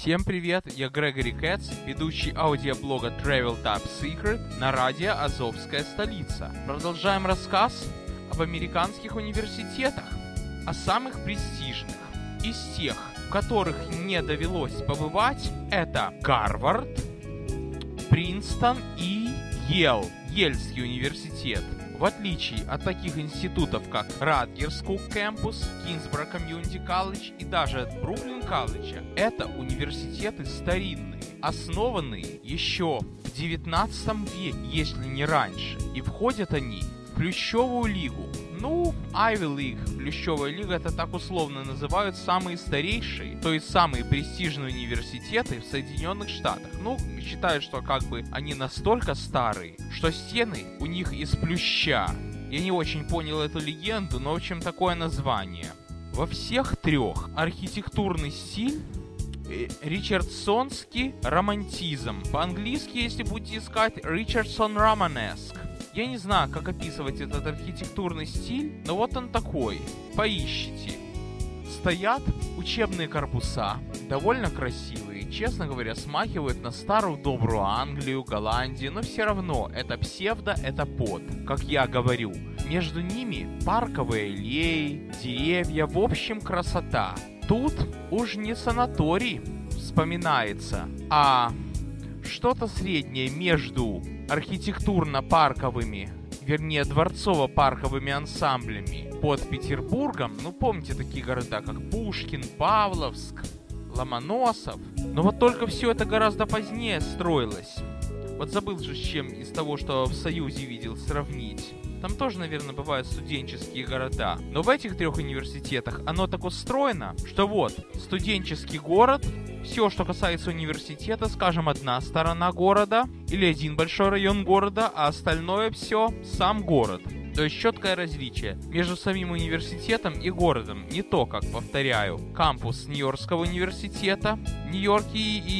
Всем привет, я Грегори Кэтс, ведущий аудиоблога Travel Top Secret на радио «Азовская столица». Продолжаем рассказ об американских университетах, о самых престижных. Из тех, в которых не довелось побывать, это Гарвард, Принстон и Йейл, Йельский университет. В отличие от таких институтов, как Радгерс Кук Кэмпус, Кинсборо Комьюнити Колледж и даже от Бруклин Колледжа, это университеты старинные, основанные еще в 19 веке, если не раньше, и входят они в Плющевую лигу. Ivy League, Плющевая лига, это так условно называют самые старейшие, то есть самые престижные университеты в Соединенных Штатах. Считают, что они настолько старые, что стены у них из плюща. Я не очень понял эту легенду, но в общем такое название. Во всех трех архитектурный стиль ричардсонский романтизм. По-английски, если будете искать, Richardson Romanesque. Я не знаю, как описывать этот архитектурный стиль, но вот он такой. Поищите. Стоят учебные корпуса, довольно красивые, честно говоря, смахивают на старую добрую Англию, Голландию, но все равно это псевдо, это под, как я говорю. Между ними парковые аллеи, деревья, в общем, красота. Тут уж не санаторий вспоминается, а что-то среднее между архитектурно-парковыми, дворцово-парковыми ансамблями под Петербургом. Помните такие города, как Пушкин, Павловск, Ломоносов. Но вот только все это гораздо позднее строилось. Вот забыл же, с чем из того, что в Союзе видел, сравнить. Там тоже, наверное, бывают студенческие города. Но в этих трех университетах оно так устроено, что вот студенческий город, все, что касается университета, скажем, одна сторона города или один большой район города, а остальное все сам город. То есть четкое различие между самим университетом и городом. Не то, как, повторяю, кампус Нью-Йоркского университета, Нью-Йорке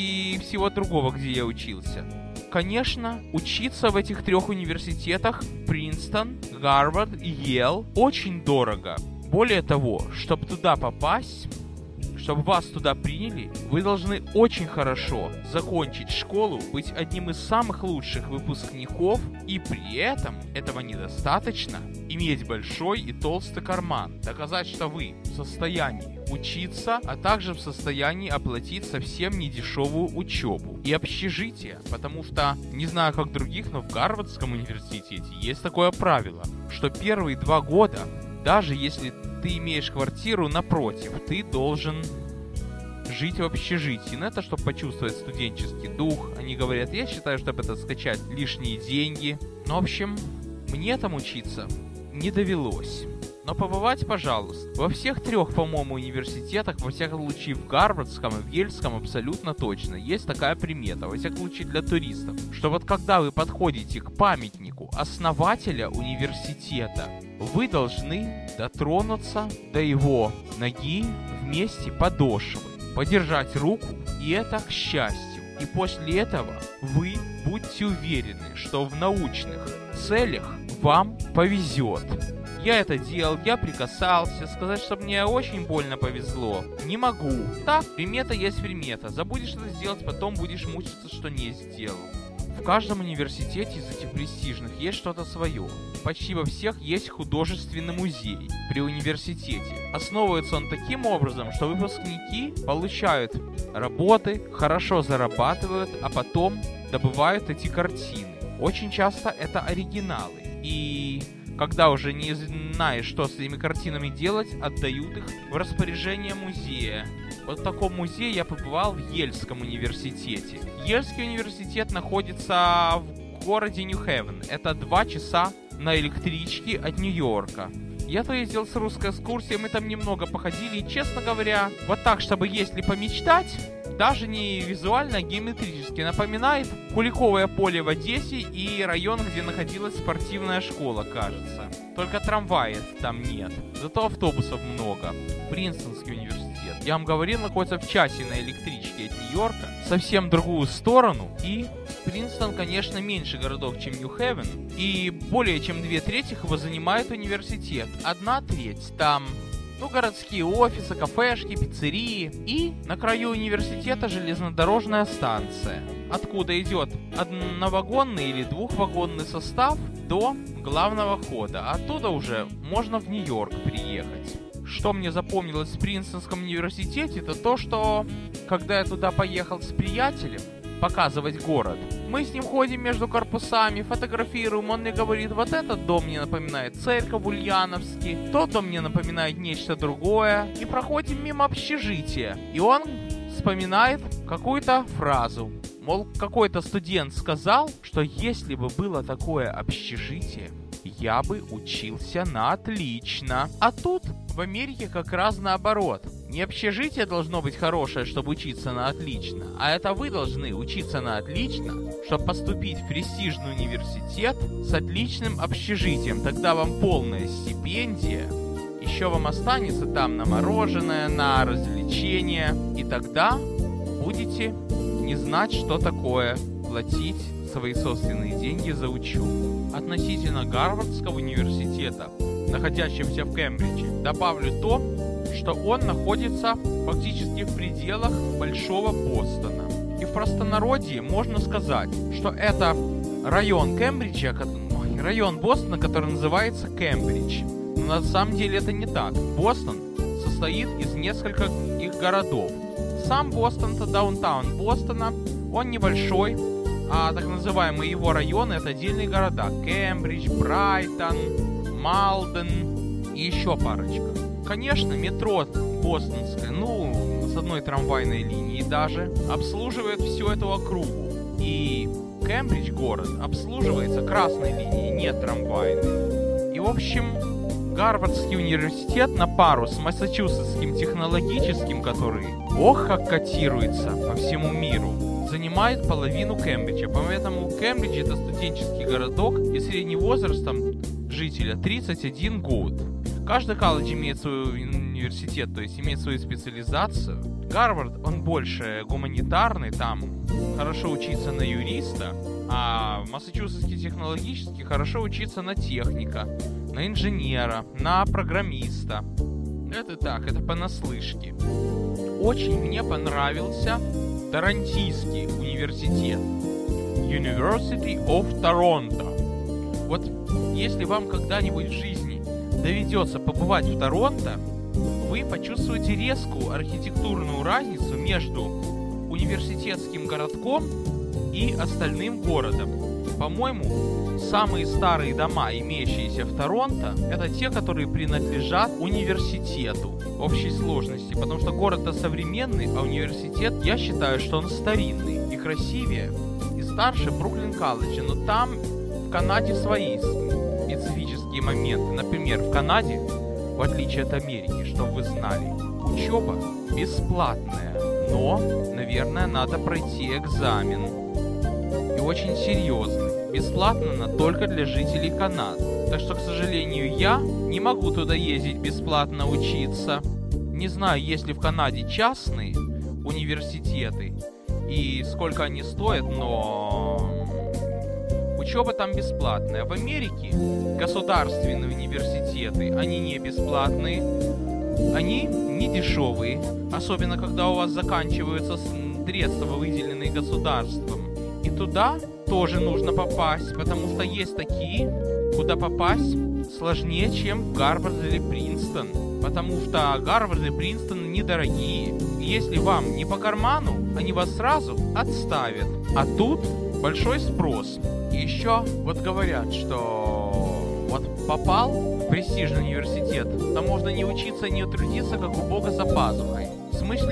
и всего другого, где я учился. Конечно, учиться в этих трех университетах, Принстон, Гарвард и Йейл, очень дорого. Более того, чтобы туда попасть, чтобы вас туда приняли, вы должны очень хорошо закончить школу, быть одним из самых лучших выпускников, и при этом этого недостаточно иметь большой и толстый карман, доказать, что вы в состоянии учиться, а также в состоянии оплатить совсем недешевую учебу и общежитие, потому что, не знаю как других, но в Гарвардском университете есть такое правило, что первые 2 года, даже если ты имеешь квартиру напротив, ты должен жить в общежитии. Но это чтобы почувствовать студенческий дух. Они говорят, я считаю, чтобы это скачать лишние деньги. В общем, мне там учиться не довелось. Но побывать, пожалуйста. Во всех трех, по-моему, университетах, во всяком случае в Гарвардском и в Йельском абсолютно точно, есть такая примета, во всяком случае для туристов, что вот когда вы подходите к памятнику основателя университета, вы должны дотронуться до его ноги вместе подошвы, подержать руку, и это к счастью. И после этого вы будьте уверены, что в научных целях вам повезет. Я это делал, я прикасался, сказать, что мне очень больно повезло, не могу. Так, примета есть примета. Забудешь это сделать, потом будешь мучиться, что не сделал. В каждом университете из этих престижных есть что-то свое. Почти во всех есть художественный музей при университете. Основывается он таким образом, что выпускники получают работы, хорошо зарабатывают, а потом добывают эти картины. Очень часто это оригиналы. И когда уже не знаешь, что с этими картинами делать, отдают их в распоряжение музея. Вот в таком музее я побывал в Йельском университете. Йельский университет находится в городе Нью-Хевен. Это 2 часа на электричке от Нью-Йорка. Я то ездил с русской экскурсией, мы там немного походили, и, честно говоря, вот так, чтобы если помечтать, даже не визуально, а геометрически напоминает Куликовое поле в Одессе и район, где находилась спортивная школа, кажется. Только трамваев там нет, зато автобусов много. Принстонский университет, я вам говорил, находится в часе на электричке от Нью-Йорка, совсем другую сторону, и Принстон, конечно, меньше городок, чем Нью-Хевен, и более чем 2/3 его занимает университет. 1/3 там Ну, городские офисы, кафешки, пиццерии. И на краю университета железнодорожная станция, откуда идет одновагонный или двухвагонный состав до главного хода. Оттуда уже можно в Нью-Йорк приехать. Что мне запомнилось в Принстонском университете, это то, что когда я туда поехал с приятелем показывать город, мы с ним ходим между корпусами, фотографируем, он мне говорит: вот этот дом мне напоминает церковь в Ульяновске, тот дом мне напоминает нечто другое, и проходим мимо общежития, и он вспоминает какую-то фразу. Мол, какой-то студент сказал, что если бы было такое общежитие, я бы учился на отлично. А тут в Америке как раз наоборот. Не общежитие должно быть хорошее, чтобы учиться на отлично, а это вы должны учиться на отлично, чтобы поступить в престижный университет с отличным общежитием. Тогда вам полная стипендия, еще вам останется там на мороженое, на развлечения, и тогда будете не знать, что такое платить свои собственные деньги за учебу. Относительно Гарвардского университета, находящегося в Кембридже, добавлю то, что он находится фактически в пределах Большого Бостона. И в простонародье можно сказать, что это район Кембриджа, район Бостона, который называется Кембридж. Но на самом деле это не так. Бостон состоит из нескольких городов. Сам Бостон, то даунтаун Бостона, он небольшой, а так называемые его районы — это отдельные города. Кембридж, Брайтон, Малден и еще парочка. Конечно, метро бостонское, с одной трамвайной линии даже, обслуживает всю эту округу. И Кембридж город обслуживается красной линией, не трамвайной. И в общем, Гарвардский университет на пару с Массачусетским технологическим, который, как котируется по всему миру, занимает половину Кембриджа. Поэтому Кембридж — это студенческий городок, и средним возрастом жителя 31 год. Каждый колледж имеет свой университет, то есть имеет свою специализацию. Гарвард, он больше гуманитарный, там хорошо учиться на юриста, а Массачусетский технологический хорошо учиться на техника, на инженера, на программиста. Это так, это понаслышке. Очень мне понравился Торонтийский университет. University of Toronto. Вот если вам когда-нибудь в жизни доведется побывать в Торонто, вы почувствуете резкую архитектурную разницу между университетским городком и остальным городом. По-моему, самые старые дома, имеющиеся в Торонто, это те, которые принадлежат университету общей сложности, потому что город-то современный, а университет, я считаю, что он старинный и красивее, и старше Бруклин колледжа, но там в Канаде свои специфические моменты. Например, в Канаде, в отличие от Америки, чтобы вы знали, учеба бесплатная, но, наверное, надо пройти экзамен. И очень серьезный. Бесплатно, но только для жителей Канады. Так что, к сожалению, я не могу туда ездить бесплатно учиться. Не знаю, есть ли в Канаде частные университеты и сколько они стоят, но учеба там бесплатная. В Америке государственные университеты, они не бесплатные, они не дешевые, особенно когда у вас заканчиваются средства, выделенные государством. И туда тоже нужно попасть, потому что есть такие, куда попасть сложнее, чем в Гарвард или Принстон, потому что Гарвард и Принстон недорогие. И если вам не по карману, они вас сразу отставят. А тут большой спрос. И еще вот говорят, что вот попал в престижный университет, там можно не учиться, не трудиться, как у Бога за пазухой. В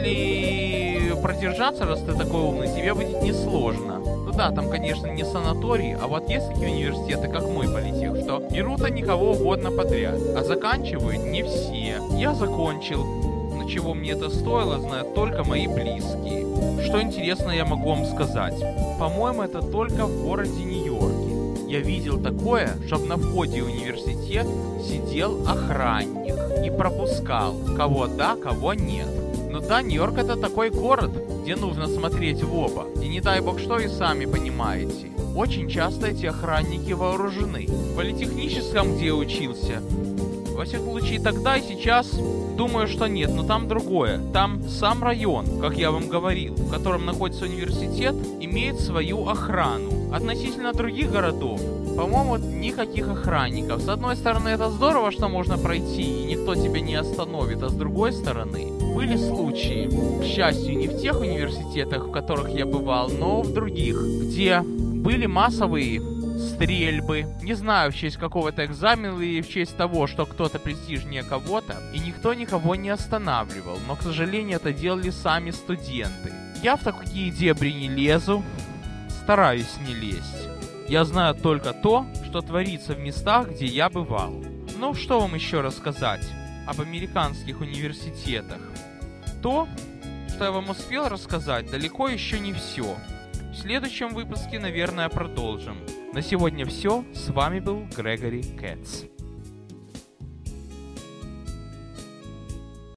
смысле, продержаться, раз ты такой умный, тебе будет несложно. Ну да, там, конечно, не санаторий, а вот есть такие университеты, как мой политех, что берут они кого угодно подряд, а заканчивают не все. Я закончил, но чего мне это стоило, знают только мои близкие. Что интересно, я могу вам сказать. По-моему, это только в городе Нью-Йорке. Я видел такое, чтобы на входе в университет сидел охранник и пропускал, кого да, кого нет. Ну да, Нью-Йорк — это такой город, где нужно смотреть в оба. И не дай бог что, и сами понимаете. Очень часто эти охранники вооружены. В политехническом, где я учился, Во всяком случае, тогда и сейчас думаю, что нет, но там другое. Там сам район, как я вам говорил, в котором находится университет, имеет свою охрану. Относительно других городов, по-моему, никаких охранников. С одной стороны, это здорово, что можно пройти, и никто тебя не остановит, а с другой стороны, были случаи, к счастью, не в тех университетах, в которых я бывал, но в других, где были массовые стрельбы, не знаю, в честь какого-то экзамена или в честь того, что кто-то престижнее кого-то, и никто никого не останавливал, но, к сожалению, это делали сами студенты. Я в такие дебри не лезу, стараюсь не лезть. Я знаю только то, что творится в местах, где я бывал. Ну, что вам еще рассказать об американских университетах? То, что я вам успел рассказать, далеко еще не все. В следующем выпуске, наверное, продолжим. На сегодня все. С вами был Грегори Кэтс.